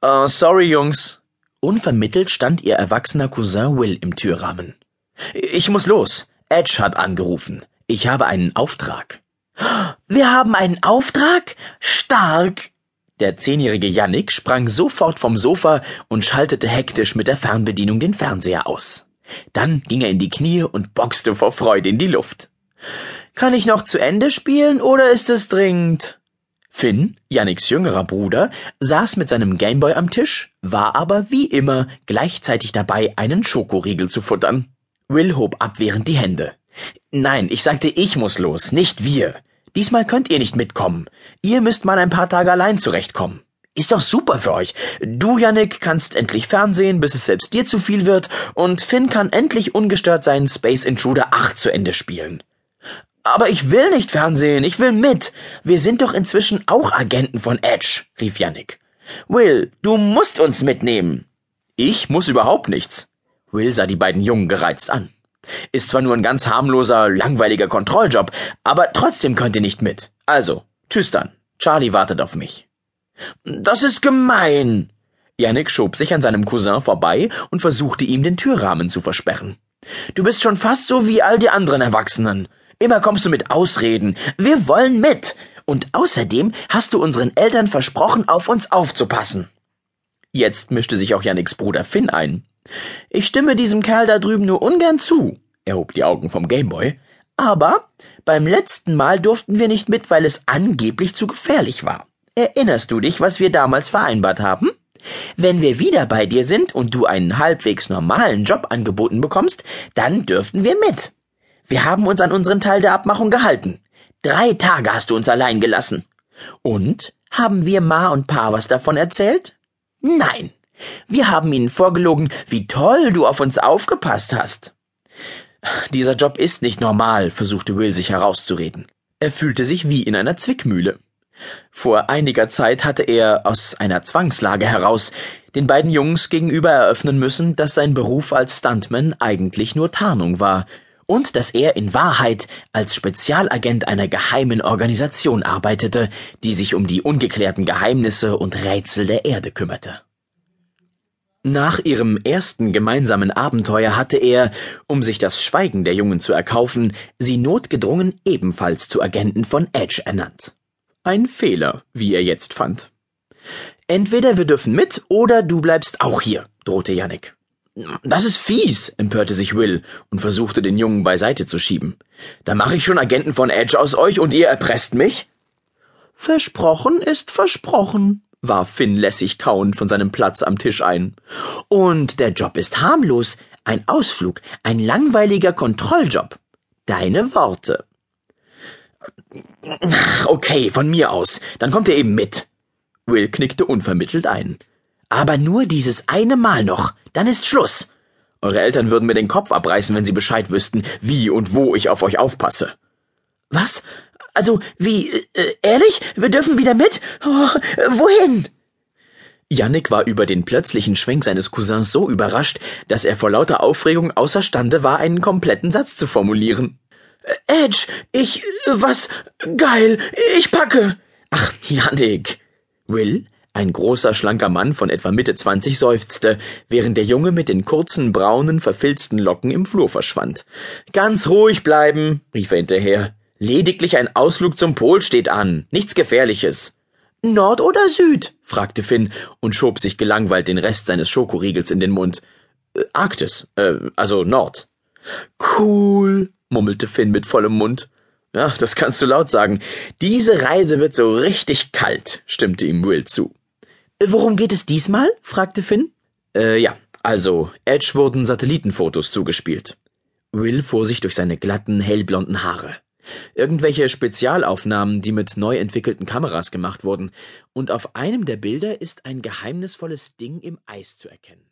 Sorry, Jungs. Unvermittelt stand ihr erwachsener Cousin Will im Türrahmen. Ich muss los. Edge hat angerufen. Ich habe einen Auftrag. Wir haben einen Auftrag? Stark! Der 10-jährige Yannick sprang sofort vom Sofa und schaltete hektisch mit der Fernbedienung den Fernseher aus. Dann ging er in die Knie und boxte vor Freude in die Luft. Kann ich noch zu Ende spielen oder ist es dringend? Finn, Yannicks jüngerer Bruder, saß mit seinem Gameboy am Tisch, war aber wie immer gleichzeitig dabei, einen Schokoriegel zu futtern. Will hob abwehrend die Hände. Nein, ich sagte, ich muss los, nicht wir. Diesmal könnt ihr nicht mitkommen. Ihr müsst mal ein paar Tage allein zurechtkommen. Ist doch super für euch. Du, Yannick, kannst endlich fernsehen, bis es selbst dir zu viel wird, und Finn kann endlich ungestört seinen Space Intruder 8 zu Ende spielen. Aber ich will nicht fernsehen, ich will mit. Wir sind doch inzwischen auch Agenten von Edge, rief Yannick. Will, du musst uns mitnehmen. Ich muss überhaupt nichts. Will sah die beiden Jungen gereizt an. Ist zwar nur ein ganz harmloser, langweiliger Kontrolljob, aber trotzdem könnt ihr nicht mit. Also, tschüss dann. Charlie wartet auf mich. Das ist gemein. Yannick schob sich an seinem Cousin vorbei und versuchte ihm den Türrahmen zu versperren. Du bist schon fast so wie all die anderen Erwachsenen. Immer kommst du mit Ausreden. Wir wollen mit. Und außerdem hast du unseren Eltern versprochen, auf uns aufzupassen. Jetzt mischte sich auch Yannicks Bruder Finn ein. Ich stimme diesem Kerl da drüben nur ungern zu. Er hob die Augen vom Gameboy. Aber beim letzten Mal durften wir nicht mit, weil es angeblich zu gefährlich war. Erinnerst du dich, was wir damals vereinbart haben? Wenn wir wieder bei dir sind und du einen halbwegs normalen Job angeboten bekommst, dann dürften wir mit. Wir haben uns an unseren Teil der Abmachung gehalten. 3 Tage hast du uns allein gelassen. Und? Haben wir Ma und Pa was davon erzählt? Nein. Wir haben ihnen vorgelogen, wie toll du auf uns aufgepasst hast. Dieser Job ist nicht normal, versuchte Will sich herauszureden. Er fühlte sich wie in einer Zwickmühle. Vor einiger Zeit hatte er aus einer Zwangslage heraus den beiden Jungs gegenüber eröffnen müssen, dass sein Beruf als Stuntman eigentlich nur Tarnung war und dass er in Wahrheit als Spezialagent einer geheimen Organisation arbeitete, die sich um die ungeklärten Geheimnisse und Rätsel der Erde kümmerte. Nach ihrem ersten gemeinsamen Abenteuer hatte er, um sich das Schweigen der Jungen zu erkaufen, sie notgedrungen ebenfalls zu Agenten von Edge ernannt. Ein Fehler, wie er jetzt fand. Entweder wir dürfen mit, oder du bleibst auch hier, drohte Yannick. Das ist fies, empörte sich Will und versuchte, den Jungen beiseite zu schieben. Da mache ich schon Agenten von Edge aus euch und ihr erpresst mich? Versprochen ist versprochen, warf Finn lässig kauend von seinem Platz am Tisch ein. Und der Job ist harmlos, ein Ausflug, ein langweiliger Kontrolljob. Deine Worte. Okay, von mir aus, dann kommt ihr eben mit. Will knickte unvermittelt ein. Aber nur dieses eine Mal noch, dann ist Schluss. Eure Eltern würden mir den Kopf abreißen, wenn sie Bescheid wüssten, wie und wo ich auf euch aufpasse. Was? Also, wie, ehrlich? Wir dürfen wieder mit? Oh, wohin? Yannick war über den plötzlichen Schwenk seines Cousins so überrascht, dass er vor lauter Aufregung außerstande war, einen kompletten Satz zu formulieren. Edge, was? Geil, ich packe. Ach, Yannick. Will, ein großer, schlanker Mann von etwa Mitte 20, seufzte, während der Junge mit den kurzen, braunen, verfilzten Locken im Flur verschwand. Ganz ruhig bleiben, rief er hinterher. Lediglich ein Ausflug zum Pol steht an, nichts Gefährliches. Nord oder Süd? Fragte Finn und schob sich gelangweilt den Rest seines Schokoriegels in den Mund. Arktis, also Nord. Cool, murmelte Finn mit vollem Mund. Ja, das kannst du laut sagen. Diese Reise wird so richtig kalt, stimmte ihm Will zu. Worum geht es diesmal? Fragte Finn. Ja, also, Edge wurden Satellitenfotos zugespielt. Will fuhr sich durch seine glatten, hellblonden Haare. Irgendwelche Spezialaufnahmen, die mit neu entwickelten Kameras gemacht wurden, und auf einem der Bilder ist ein geheimnisvolles Ding im Eis zu erkennen.